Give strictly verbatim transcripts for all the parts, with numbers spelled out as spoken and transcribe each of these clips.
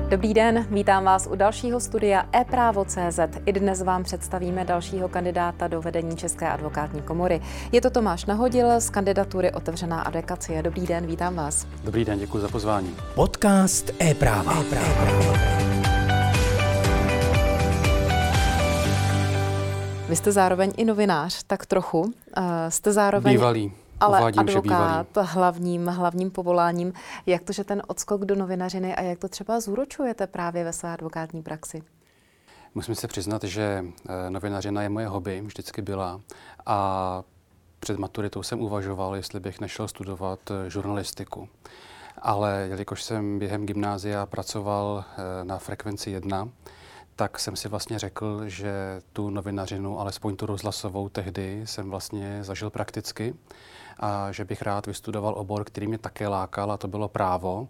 Dobrý den, vítám vás u dalšího studia ePrávo tečka cé zet. I dnes vám představíme dalšího kandidáta do vedení České advokátní komory. Je to Tomáš Nahodil z kandidatury Otevřená advokacie. Dobrý den, vítám vás. Dobrý den, děkuji za pozvání. Podcast ePráva. Vy jste zároveň i novinář, tak trochu. Uh, jste zároveň... Bývalý. Ale Uvádím, advokát hlavním, hlavním povoláním. Jak to, že ten odskok do novinařiny a jak to třeba zúročujete právě ve své advokátní praxi? Musím se přiznat, že novinařina je moje hobby, vždycky byla. A před maturitou jsem uvažoval, jestli bych nešel studovat žurnalistiku. Ale jelikož jsem během gymnázia pracoval na Frekvenci jedna, tak jsem si vlastně řekl, že tu novinařinu, alespoň tu rozhlasovou tehdy, jsem vlastně zažil prakticky a že bych rád vystudoval obor, který mě také lákal, a to bylo právo.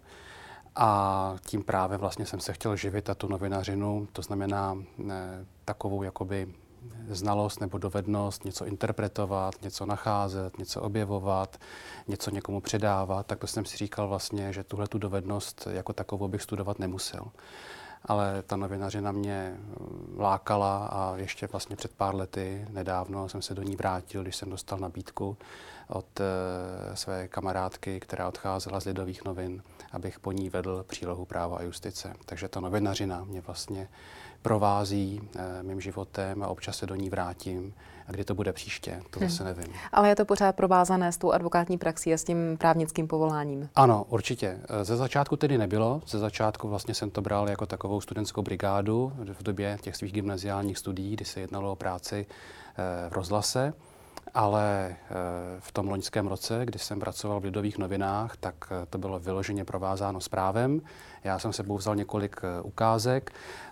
A tím právem vlastně jsem se chtěl živit a tu novinařinu, to znamená ne, takovou jakoby znalost nebo dovednost něco interpretovat, něco nacházet, něco objevovat, něco někomu předávat, tak to jsem si říkal vlastně, že tuhle tu dovednost jako takovou bych studovat nemusel. Ale ta novinařina mě lákala a ještě vlastně před pár lety, nedávno, jsem se do ní vrátil, když jsem dostal nabídku od e, své kamarádky, která odcházela z Lidových novin, abych po ní vedl přílohu práva a justice. Takže ta novinařina mě vlastně provází e, mým životem a občas se do ní vrátím. A kdy to bude příště, to zase nevím. Hmm. Ale je to pořád provázané s tou advokátní praxí a s tím právnickým povoláním? Ano, určitě. Ze začátku tedy nebylo. Ze začátku vlastně jsem to bral jako takovou studentskou brigádu v době těch svých gymnaziálních studií, kdy se jednalo o práci v rozhlase. Ale v tom loňském roce, kdy jsem pracoval v Lidových novinách, tak to bylo vyloženě provázáno s právem. Já jsem sebou vzal několik ukázek.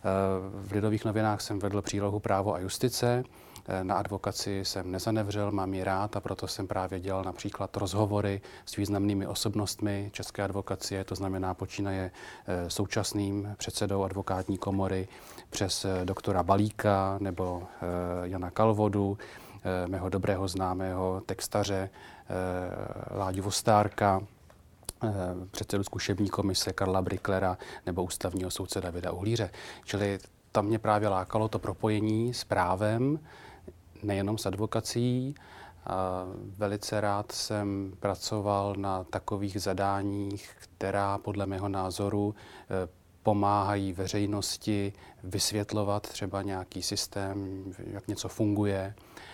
V Lidových novinách jsem vedl přílohu právo a justice. Na advokaci jsem nezanevřel, mám ji rád, a proto jsem právě dělal například rozhovory s významnými osobnostmi české advokacie, to znamená počínaje současným předsedou advokátní komory přes doktora Balíka nebo Jana Kalvodu, mého dobrého známého textaře Láďu Vostárka, předsedu zkušební komise Karla Bricklera nebo ústavního soudce Davida Uhlíře. Čili tam mě právě lákalo to propojení s právem, nejenom s advokací. A velice rád jsem pracoval na takových zadáních, která podle mého názoru pomáhají veřejnosti vysvětlovat třeba nějaký systém, jak něco funguje.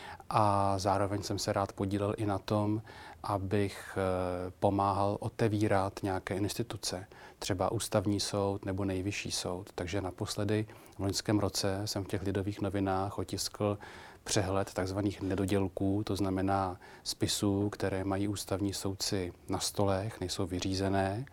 A zároveň jsem se rád podílel i na tom, abych pomáhal otevírat nějaké instituce, třeba Ústavní soud nebo Nejvyšší soud. Takže naposledy v loňském roce jsem v těch Lidových novinách otiskl přehled takzvaných nedodělků, to znamená spisů, které mají ústavní soudci na stolech, nejsou vyřízené.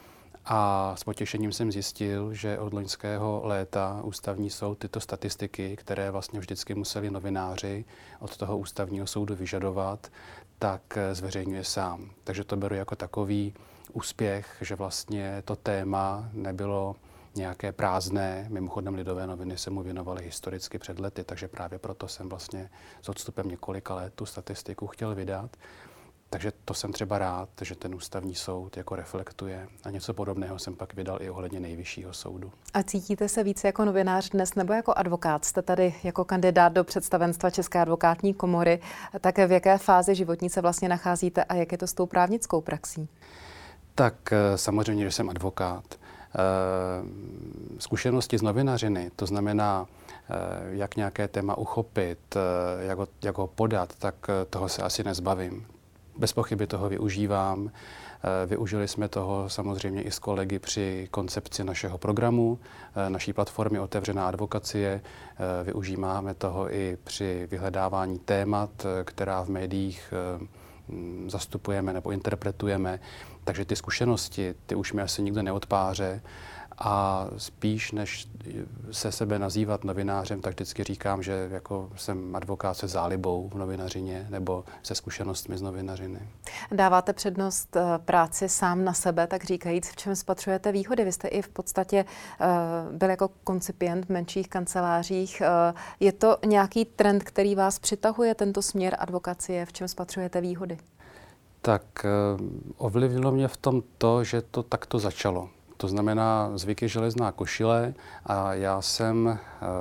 A s potěšením jsem zjistil, že od loňského léta Ústavní soud tyto statistiky, které vlastně vždycky museli novináři od toho Ústavního soudu vyžadovat, tak zveřejňuje sám. Takže to beru jako takový úspěch, že vlastně to téma nebylo nějaké prázdné. Mimochodem Lidové noviny se mu věnovaly historicky před lety, takže právě proto jsem vlastně s odstupem několika let tu statistiku chtěl vydat. Takže to jsem třeba rád, že ten Ústavní soud jako reflektuje. A něco podobného jsem pak vydal i ohledně Nejvyššího soudu. A cítíte se více jako novinář dnes nebo jako advokát? Jste tady jako kandidát do představenstva České advokátní komory. Tak v jaké fázi životní se vlastně nacházíte a jak je to s tou právnickou praxí? Tak samozřejmě, že jsem advokát. Zkušenosti z novinařiny, to znamená, jak nějaké téma uchopit, jak ho, jak ho podat, tak toho se asi nezbavím. Bez pochyby toho využívám. Využili jsme toho samozřejmě i s kolegy při koncepci našeho programu, naší platformy Otevřená advokacie. Využíváme toho i při vyhledávání témat, která v médiích zastupujeme nebo interpretujeme. Takže ty zkušenosti, ty už mi asi nikdo neodpáře. A spíš, než se sebe nazývat novinářem, tak vždycky říkám, že jako jsem advokát se zálibou v novinařině nebo se zkušenostmi z novinařiny. Dáváte přednost práci sám na sebe, tak říkajíc, v čem spatřujete výhody? Vy jste i v podstatě uh, byl jako koncipient v menších kancelářích. Uh, je to nějaký trend, který vás přitahuje, tento směr advokacie? V čem spatřujete výhody? Tak uh, ovlivnilo mě v tom to, že to takto začalo. To To znamená, zvyk je železná košile a já jsem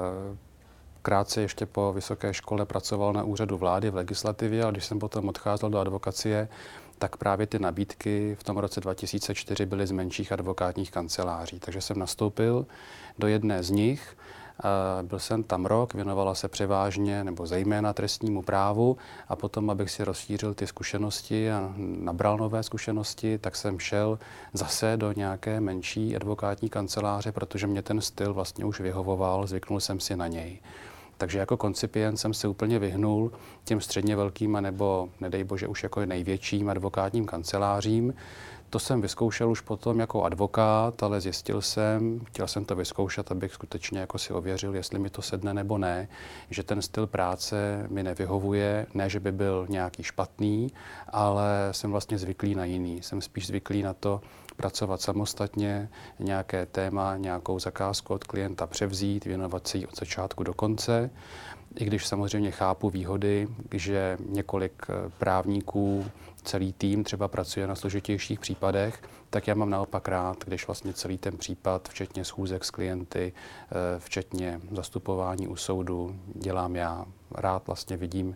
krátce ještě po vysoké škole pracoval na úřadu vlády v legislativě a když jsem potom odcházel do advokacie, tak právě ty nabídky v tom roce dva tisíce čtyři byly z menších advokátních kanceláří. Takže jsem nastoupil do jedné z nich. Byl jsem tam rok, věnovala se převážně nebo zejména trestnímu právu a potom, abych si rozšířil ty zkušenosti a nabral nové zkušenosti, tak jsem šel zase do nějaké menší advokátní kanceláře, protože mě ten styl vlastně už vyhovoval, zvyknul jsem si na něj. Takže jako koncipient jsem se úplně vyhnul těm středně velkým, nebo nedej bože už jako největším advokátním kancelářím. To jsem vyzkoušel už potom jako advokát, ale zjistil jsem, chtěl jsem to vyzkoušet, abych skutečně jako si ověřil, jestli mi to sedne nebo ne, že ten styl práce mi nevyhovuje, ne, že by byl nějaký špatný, ale jsem vlastně zvyklý na jiný. Jsem spíš zvyklý na to pracovat samostatně, nějaké téma, nějakou zakázku od klienta převzít, věnovat se jí od začátku do konce. I když samozřejmě chápu výhody, že několik právníků, celý tým třeba pracuje na složitějších případech, tak já mám naopak rád, když vlastně celý ten případ, včetně schůzek s klienty, včetně zastupování u soudu, dělám já. Rád vlastně vidím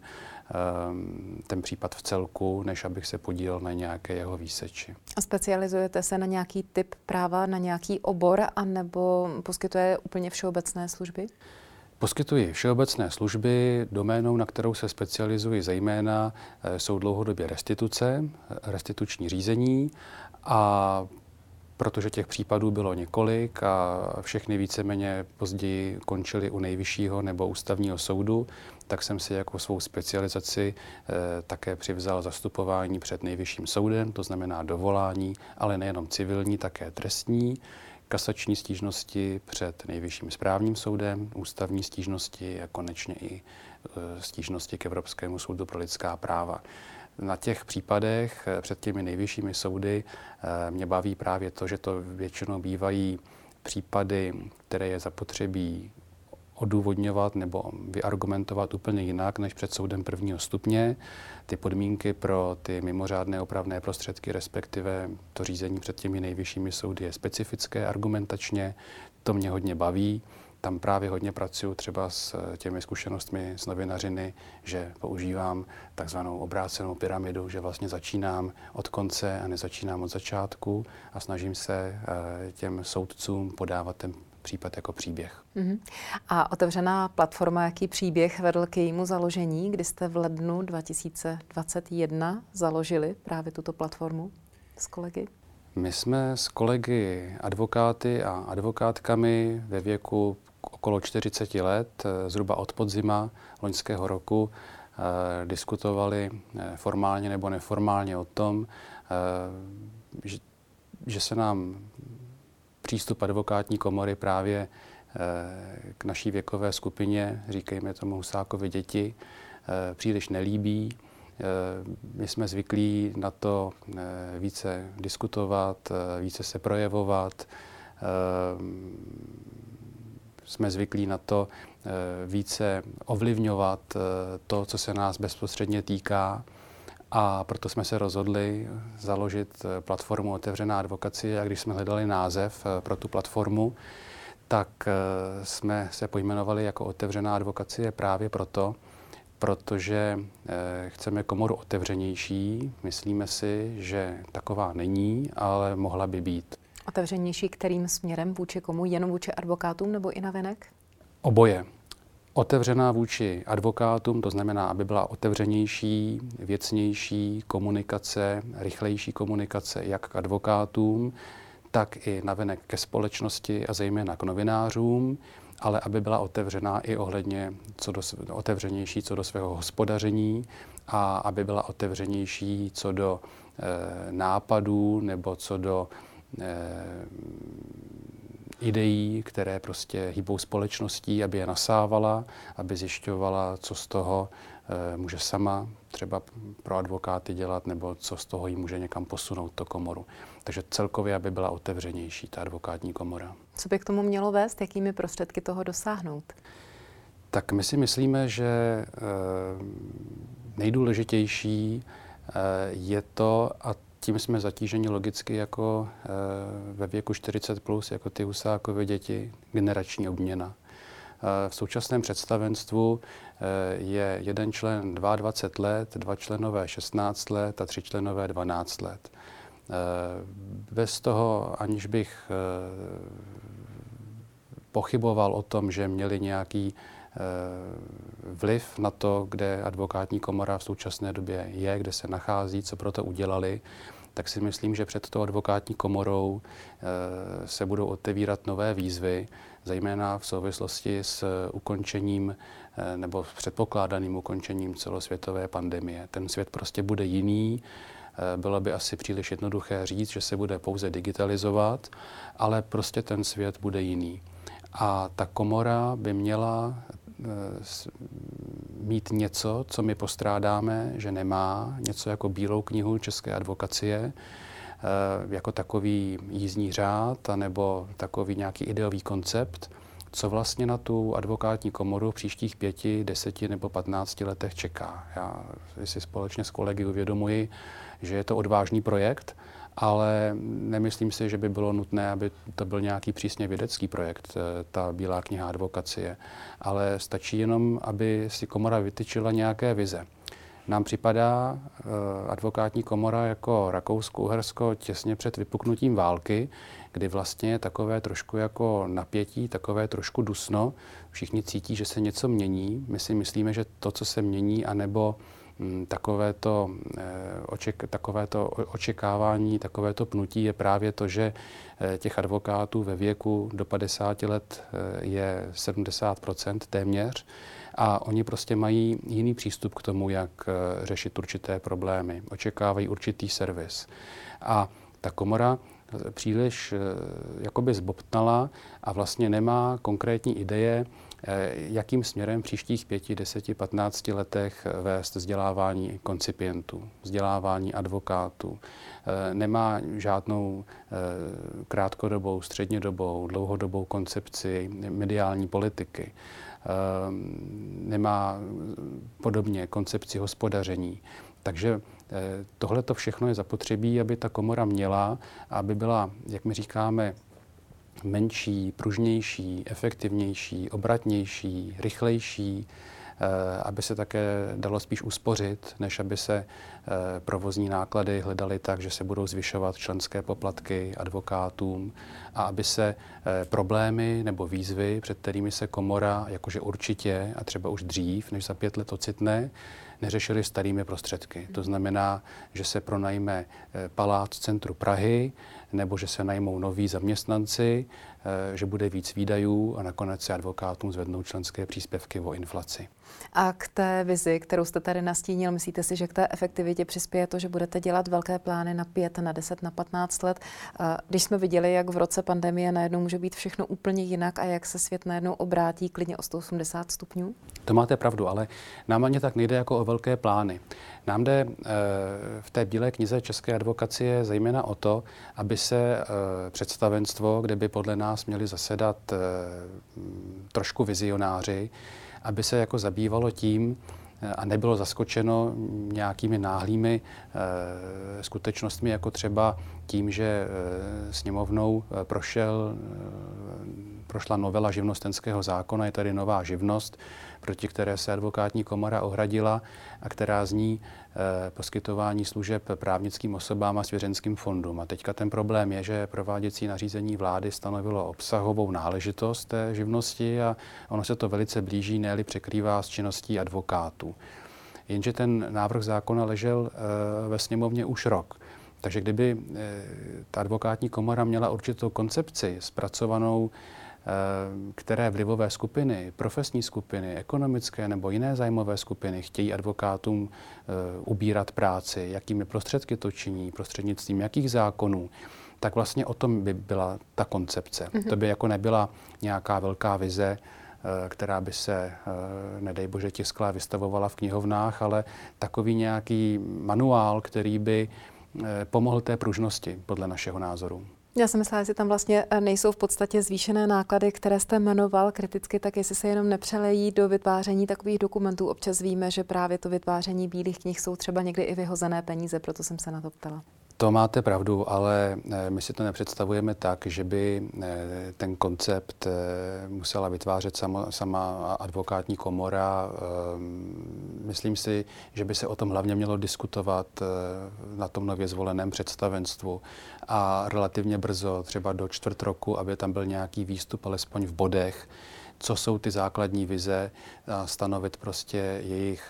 ten případ v celku, než abych se podílel na nějaké jeho výseči. A specializujete se na nějaký typ práva, na nějaký obor, anebo poskytuje úplně všeobecné služby? Poskytuji všeobecné služby. Doménou, na kterou se specializuji zejména, jsou dlouhodobě restituce, restituční řízení a protože těch případů bylo několik a všechny víceméně později končily u nejvyššího nebo ústavního soudu, tak jsem si jako svou specializaci eh, také přivzal zastupování před nejvyšším soudem, to znamená dovolání, ale nejenom civilní, také trestní, kasační stížnosti před nejvyšším správním soudem, ústavní stížnosti a konečně i e, stížnosti k Evropskému soudu pro lidská práva. Na těch případech před těmi nejvyššími soudy e, mě baví právě to, že to většinou bývají případy, které je zapotřebí odůvodňovat nebo vyargumentovat úplně jinak než před soudem prvního stupně. Ty podmínky pro ty mimořádné opravné prostředky, respektive to řízení před těmi nejvyššími soudy je specifické argumentačně. To mě hodně baví. Tam právě hodně pracuji třeba s těmi zkušenostmi z novinařiny, že používám takzvanou obrácenou pyramidu, že vlastně začínám od konce a nezačínám od začátku a snažím se těm soudcům podávat ten případ jako příběh. Uh-huh. A otevřená platforma, jaký příběh vedl k jejímu založení, kdy jste v lednu dva tisíce dvacet jedna založili právě tuto platformu s kolegy? My jsme s kolegy advokáty a advokátkami ve věku okolo čtyřicet let, zhruba od podzima loňského roku, eh, diskutovali eh, formálně nebo neformálně o tom, eh, že, že se nám přístup advokátní komory právě eh, k naší věkové skupině, říkejme tomu Husákovy děti, eh, příliš nelíbí. Eh, my jsme zvyklí na to eh, více diskutovat, eh, více se projevovat. Eh, jsme zvyklí na to eh, více ovlivňovat eh, to, co se nás bezprostředně týká. A proto jsme se rozhodli založit platformu Otevřená advokacie a když jsme hledali název pro tu platformu, tak jsme se pojmenovali jako Otevřená advokacie právě proto, protože chceme komoru otevřenější. Myslíme si, že taková není, ale mohla by být. Otevřenější kterým směrem? Vůči komu? Jenom vůči advokátům nebo i navenek? Oboje. Otevřená vůči advokátům, to znamená, aby byla otevřenější, věcnější komunikace, rychlejší komunikace jak k advokátům, tak i navenek ke společnosti a zejména k novinářům, ale aby byla otevřená i ohledně co do, otevřenější co do svého hospodaření a aby byla otevřenější co do e, nápadů nebo co do e, ideí, které prostě hýbou společností, aby je nasávala, aby zjišťovala, co z toho e, může sama třeba pro advokáty dělat, nebo co z toho jí může někam posunout to komoru. Takže celkově, aby byla otevřenější ta advokátní komora. Co by k tomu mělo vést? Jakými prostředky toho dosáhnout? Tak my si myslíme, že e, nejdůležitější e, je to, a tím jsme zatíženi logicky jako e, ve věku čtyřicet plus, jako ty Husákovy děti, generační obměna. E, v současném představenstvu e, je jeden člen dvacet dva let, dva členové šestnáct let a tři členové dvanáct let. E, bez toho, aniž bych e, pochyboval o tom, že měli nějaký vliv na to, kde advokátní komora v současné době je, kde se nachází, co pro to udělali, tak si myslím, že před tou advokátní komorou se budou otevírat nové výzvy, zejména v souvislosti s ukončením nebo s předpokládaným ukončením celosvětové pandemie. Ten svět prostě bude jiný. Bylo by asi příliš jednoduché říct, že se bude pouze digitalizovat, ale prostě ten svět bude jiný. A ta komora by měla mít něco, co my postrádáme, že nemá, něco jako bílou knihu české advokacie, jako takový jízdní řád, nebo takový nějaký ideový koncept, co vlastně na tu advokátní komoru v příštích pěti, deseti nebo patnácti letech čeká. Já si společně s kolegy uvědomuji, že je to odvážný projekt, ale nemyslím si, že by bylo nutné, aby to byl nějaký přísně vědecký projekt, ta bílá kniha advokacie, ale stačí jenom, aby si komora vytyčila nějaké vize. Nám připadá advokátní komora jako Rakousko-Uhersko těsně před vypuknutím války, kdy vlastně je takové trošku jako napětí, takové trošku dusno. Všichni cítí, že se něco mění. My si myslíme, že to, co se mění, anebo Takovéto, oček, takovéto očekávání, takovéto pnutí je právě to, že těch advokátů ve věku do padesáti let je sedmdesát procent téměř a oni prostě mají jiný přístup k tomu, jak řešit určité problémy. Očekávají určitý servis. A ta komora příliš jakoby zbobtnala a vlastně nemá konkrétní ideje, jakým směrem v příštích pěti, deseti, patnácti letech vést vzdělávání koncipientů, vzdělávání advokátů. Nemá žádnou krátkodobou, střednědobou, dlouhodobou koncepci mediální politiky. Nemá podobně koncepci hospodaření. Takže tohle to všechno je zapotřebí, aby ta komora měla, aby byla, jak my říkáme, menší, pružnější, efektivnější, obratnější, rychlejší, aby se také dalo spíš uspořit, než aby se provozní náklady hledaly tak, že se budou zvyšovat členské poplatky advokátům a aby se problémy nebo výzvy, před kterými se komora, jakože určitě a třeba už dřív, než za pět let ocitne, neřešili starými prostředky. To znamená, že se pronajme palác v centru Prahy, nebo že se najmou noví zaměstnanci, že bude víc výdajů a nakonec se advokátům zvednou členské příspěvky o inflaci. A k té vizi, kterou jste tady nastínil, myslíte si, že k té efektivitě přispěje to, že budete dělat velké plány na pět, na deset, na patnáct let? Když jsme viděli, jak v roce pandemie najednou může být všechno úplně jinak a jak se svět najednou obrátí klidně o sto osmdesát stupňů? To máte pravdu, ale nám ani tak nejde jako o velké plány. Nám jde e, v té bílé knize české advokacie zejména o to, aby se e, představenstvo, kde by podle nás měli zasedat e, trošku vizionáři, aby se jako zabývalo tím a nebylo zaskočeno nějakými náhlými e, skutečnostmi, jako třeba tím, že e, sněmovnou e, prošel, e, prošla novela živnostenského zákona, je tady nová živnost, proti které se advokátní komora ohradila a která zní e, poskytování služeb právnickým osobám a svěřenským fondům. A teďka ten problém je, že prováděcí nařízení vlády stanovilo obsahovou náležitost té živnosti a ono se to velice blíží, ne-li překrývá s činností advokátů. Jenže ten návrh zákona ležel e, ve sněmovně už rok. Takže kdyby e, ta advokátní komora měla určitou koncepci zpracovanou, které vlivové skupiny, profesní skupiny, ekonomické nebo jiné zájmové skupiny chtějí advokátům uh, ubírat práci, jakými prostředky to činí, prostřednictvím jakých zákonů, tak vlastně o tom by byla ta koncepce. Mm-hmm. To by jako nebyla nějaká velká vize, uh, která by se, uh, nedej bože, tiskla a vystavovala v knihovnách, ale takový nějaký manuál, který by uh, pomohl té pružnosti, podle našeho názoru. Já jsem myslela, že tam vlastně nejsou v podstatě zvýšené náklady, které jste jmenoval kriticky, tak jestli se jenom nepřelejí do vytváření takových dokumentů. Občas víme, že právě to vytváření bílých knih jsou třeba někdy i vyhozené peníze, proto jsem se na to ptala. To máte pravdu, ale my si to nepředstavujeme tak, že by ten koncept musela vytvářet sama, sama advokátní komora. Myslím si, že by se o tom hlavně mělo diskutovat na tom nově zvoleném představenstvu a relativně brzo, třeba do čtvrt roku, aby tam byl nějaký výstup, alespoň v bodech, co jsou ty základní vize, a stanovit prostě jejich,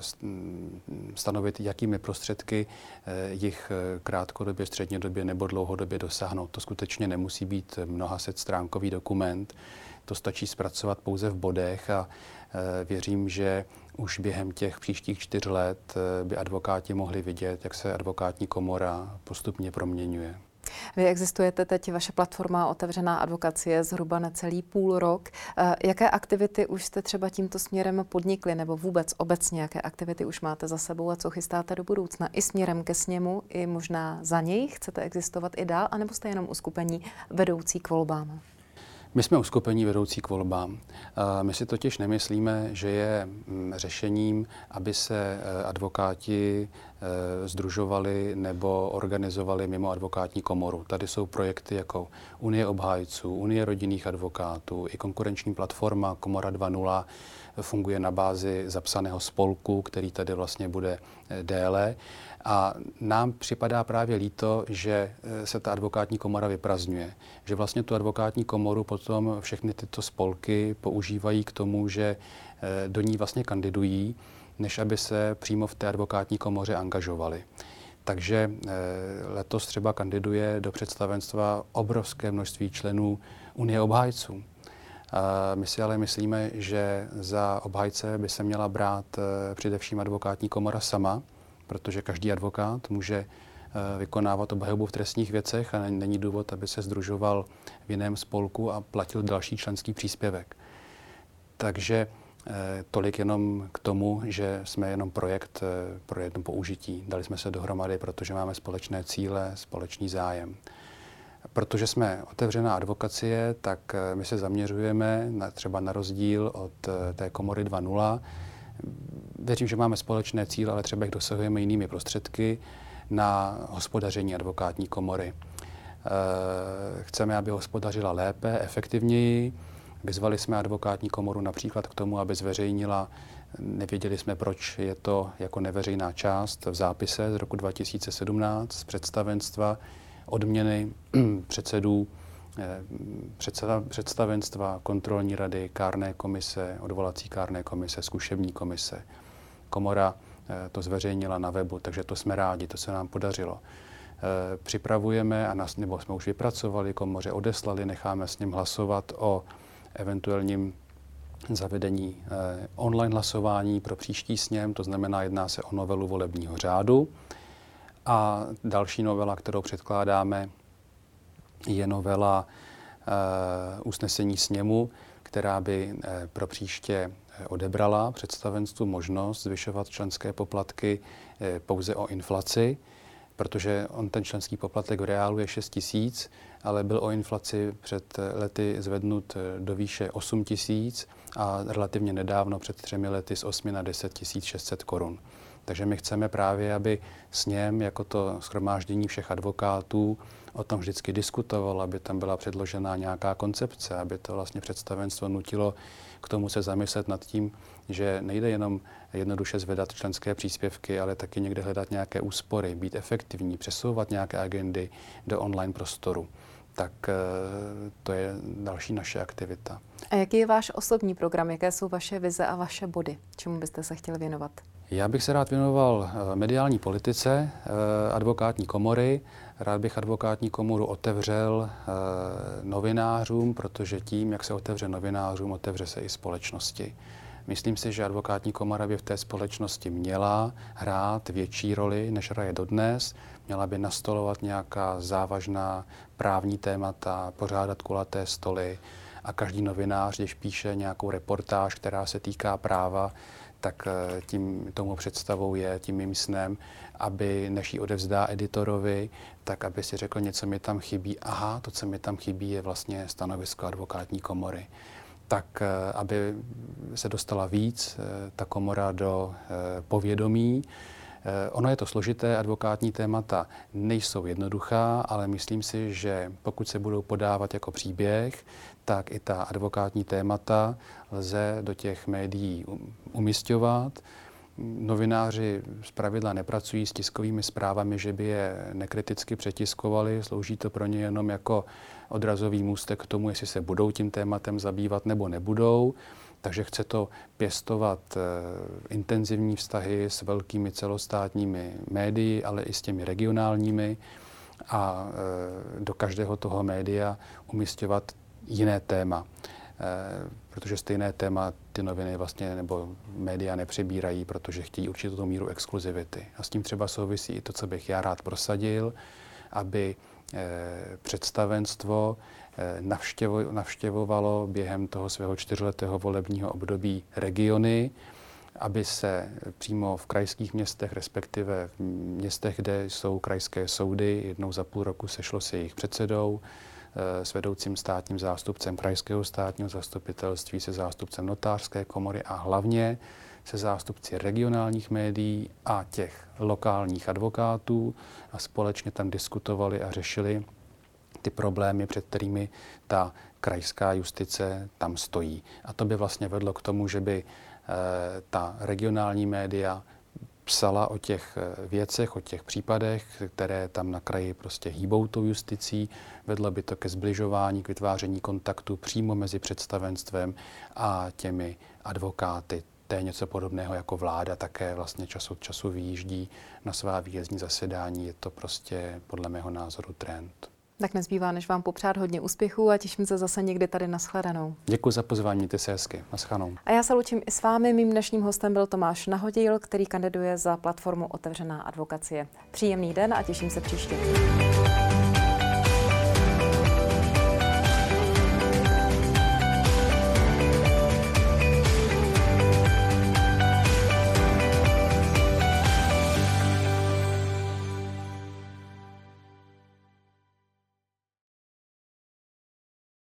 stanovit, jakými prostředky jich krátkodobě, střednědobě nebo dlouhodobě dosáhnout. To skutečně nemusí být mnoha set stránkový dokument, to stačí zpracovat pouze v bodech a věřím, že už během těch příštích čtyř let by advokáti mohli vidět, jak se advokátní komora postupně proměňuje. Vy existujete teď, vaše platforma Otevřená advokacie zhruba necelý půl rok. Jaké aktivity už jste třeba tímto směrem podnikli, nebo vůbec obecně, jaké aktivity už máte za sebou a co chystáte do budoucna? I směrem ke sněmu, i možná za něj chcete existovat i dál, anebo jste jenom uskupení vedoucí k volbám? My jsme uskupení vedoucí k volbám. My si totiž nemyslíme, že je řešením, aby se advokáti sdružovali nebo organizovali mimo advokátní komoru. Tady jsou projekty jako Unie obhájců, Unie rodinných advokátů, i konkurenční platforma Komora dva tečka nula funguje na bázi zapsaného spolku, který tady vlastně bude déle. A nám připadá právě líto, že se ta advokátní komora vyprazdňuje. Že vlastně tu advokátní komoru potom všechny tyto spolky používají k tomu, že do ní vlastně kandidují, než aby se přímo v té advokátní komoře angažovali. Takže letos třeba kandiduje do představenstva obrovské množství členů Unie obhájců. My si ale myslíme, že za obhájce by se měla brát především advokátní komora sama, protože každý advokát může vykonávat obhajobu v trestních věcech a není důvod, aby se sdružoval v jiném spolku a platil další členský příspěvek. Takže tolik jenom k tomu, že jsme jenom projekt pro jedno použití. Dali jsme se dohromady, protože máme společné cíle, společný zájem. Protože jsme otevřená advokacie, tak my se zaměřujeme na, třeba na rozdíl od té komory dva tečka nula. Věřím, že máme společné cíle, ale třeba jich dosahujeme jinými prostředky na hospodaření advokátní komory. Chceme, aby hospodařila lépe, efektivněji. Vyzvali jsme advokátní komoru například k tomu, aby zveřejnila, nevěděli jsme, proč je to jako neveřejná část v zápise z roku dva tisíce sedmnáct z představenstva, odměny předsedů předseda, představenstva, kontrolní rady, kárné komise, odvolací kárné komise, zkušební komise. Komora to zveřejnila na webu, takže to jsme rádi, to se nám podařilo. Připravujeme, a nás, nebo jsme už vypracovali, komoře odeslali, necháme s ním hlasovat o eventuálním zavedení online hlasování pro příští sněm, to znamená, jedná se o novelu volebního řádu. A další novela, kterou předkládáme, je novela uh, usnesení sněmu, která by uh, pro příště odebrala představenstvu možnost zvyšovat členské poplatky uh, pouze o inflaci, protože on ten členský poplatek v reálu je šest tisíc, ale byl o inflaci před lety zvednut do výše osm tisíc a relativně nedávno před třemi lety z osmi na deset tisíc šest set korun. Takže my chceme právě, aby sněm jako to shromáždění všech advokátů o tom vždycky diskutoval, aby tam byla předložena nějaká koncepce, aby to vlastně představenstvo nutilo k tomu se zamyslet nad tím, že nejde jenom jednoduše zvedat členské příspěvky, ale taky někde hledat nějaké úspory, být efektivní, přesouvat nějaké agendy do online prostoru. Tak to je další naše aktivita. A jaký je váš osobní program? Jaké jsou vaše vize a vaše body? Čemu byste se chtěl věnovat? Já bych se rád věnoval mediální politice, advokátní komory. Rád bych advokátní komoru otevřel novinářům, protože tím, jak se otevře novinářům, otevře se i společnosti. Myslím si, že advokátní komora by v té společnosti měla hrát větší roli, než hraje dodnes. Měla by nastolovat nějaká závažná právní témata, pořádat kulaté stoly a každý novinář, když píše nějakou reportáž, která se týká práva, tak tím tomu představou je, tím mým snem, aby než ji odevzdá editorovi, tak aby si řekl, něco mi tam chybí. Aha, to, co mi tam chybí, je vlastně stanovisko advokátní komory. Tak aby se dostala víc ta komora do povědomí, Ono je to složité, advokátní témata nejsou jednoduchá, ale myslím si, že pokud se budou podávat jako příběh, tak i ta advokátní témata lze do těch médií umisťovat. Novináři zpravidla nepracují s tiskovými zprávami, že by je nekriticky přetiskovali, slouží to pro ně jenom jako odrazový můstek k tomu, jestli se budou tím tématem zabývat nebo nebudou. Takže chce to pěstovat e, intenzivní vztahy s velkými celostátními médii, ale i s těmi regionálními a e, do každého toho média umisťovat jiné téma. E, protože stejné téma ty noviny vlastně nebo média nepřebírají, protože chtějí určitou míru exkluzivity. A s tím třeba souvisí i to, co bych já rád prosadil, aby e, představenstvo Navštěvo, navštěvovalo během toho svého čtyřletého volebního období regiony, aby se přímo v krajských městech, respektive v městech, kde jsou krajské soudy, jednou za půl roku sešlo se jejich předsedou, s vedoucím státním zástupcem krajského státního zastupitelství, se zástupcem notářské komory a hlavně se zástupci regionálních médií a těch lokálních advokátů a společně tam diskutovali a řešili ty problémy, před kterými ta krajská justice tam stojí. A to by vlastně vedlo k tomu, že by e, ta regionální média psala o těch věcech, o těch případech, které tam na kraji prostě hýbou tou justicí. Vedlo by to ke zbližování, k vytváření kontaktu přímo mezi představenstvem a těmi advokáty. To je něco podobného jako vláda také vlastně čas od času vyjíždí na svá výjezdní zasedání. Je to prostě podle mého názoru trend. Tak nezbývá, než vám popřát hodně úspěchů a těším se zase někdy tady na shledanou. Děkuji za pozvání, mějte se hezky. Naschledanou. A já se loučím i s vámi. Mým dnešním hostem byl Tomáš Nahodil, který kandiduje za platformu Otevřená advokacie. Příjemný den a těším se příště.